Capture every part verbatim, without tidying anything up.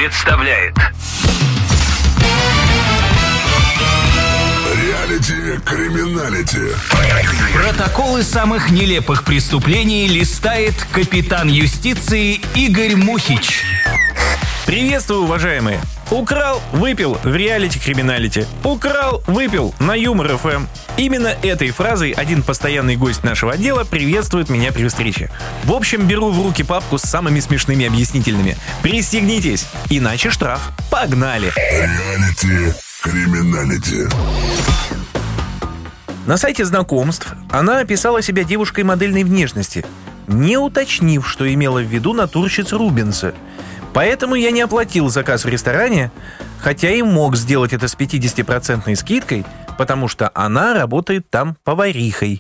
представляет Реалити-криминалити. Протоколы самых нелепых преступлений листает капитан юстиции Игорь Мухич. Приветствую, уважаемые! Украл, выпил в реалити-криминалити. Украл, выпил на Юмор эф эм. Именно этой фразой один постоянный гость нашего отдела приветствует меня при встрече. В общем, беру в руки папку с самыми смешными объяснительными. Пристегнитесь, иначе штраф. Погнали! Реалити-криминалити. На сайте знакомств она описала себя девушкой модельной внешности, не уточнив, что имела в виду натурщиц Рубенса. Поэтому я не оплатил заказ в ресторане, хотя и мог сделать это с пятидесятипроцентной скидкой, потому что она работает там поварихой.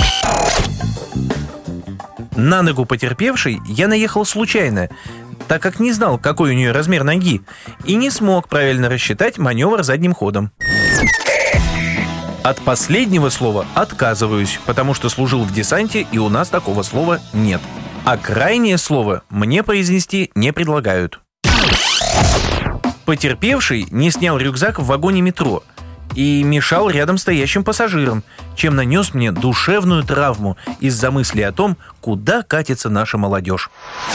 На ногу потерпевшей я наехал случайно, так как не знал, какой у нее размер ноги, и не смог правильно рассчитать маневр задним ходом. От последнего слова отказываюсь, потому что служил в десанте, и у нас такого слова нет. А крайнее слово мне произнести не предлагают. Потерпевший не снял рюкзак в вагоне метро и мешал рядом стоящим пассажирам, чем нанес мне душевную травму из-за мысли о том, куда катится наша молодежь.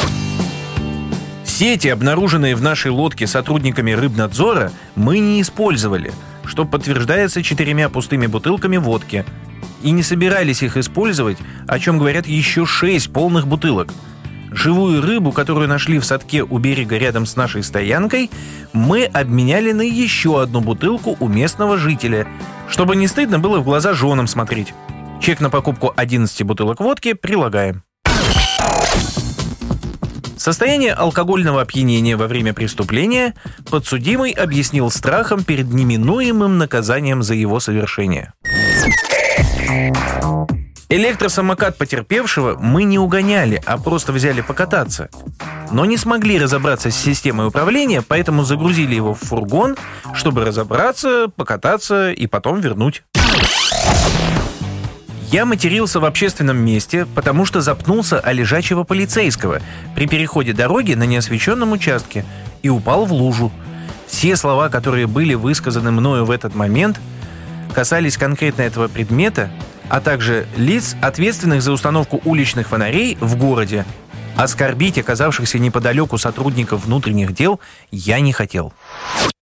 Сети, обнаруженные в нашей лодке сотрудниками рыбнадзора, мы не использовали, что подтверждается четырьмя пустыми бутылками водки. И не собирались их использовать, о чем говорят еще шесть полных бутылок. Живую рыбу, которую нашли в садке у берега рядом с нашей стоянкой, мы обменяли на еще одну бутылку у местного жителя, чтобы не стыдно было в глаза женам смотреть. Чек на покупку одиннадцати бутылок водки прилагаем. Состояние алкогольного опьянения во время преступления подсудимый объяснил страхом перед неминуемым наказанием за его совершение. Электросамокат потерпевшего мы не угоняли, а просто взяли покататься. Но не смогли разобраться с системой управления, поэтому загрузили его в фургон, чтобы разобраться, покататься и потом вернуть. Я матерился в общественном месте, потому что запнулся о лежачего полицейского при переходе дороги на неосвещенном участке и упал в лужу. Все слова, которые были высказаны мною в этот момент, касались конкретно этого предмета, а также лиц, ответственных за установку уличных фонарей в городе. Оскорбить оказавшихся неподалеку сотрудников внутренних дел я не хотел.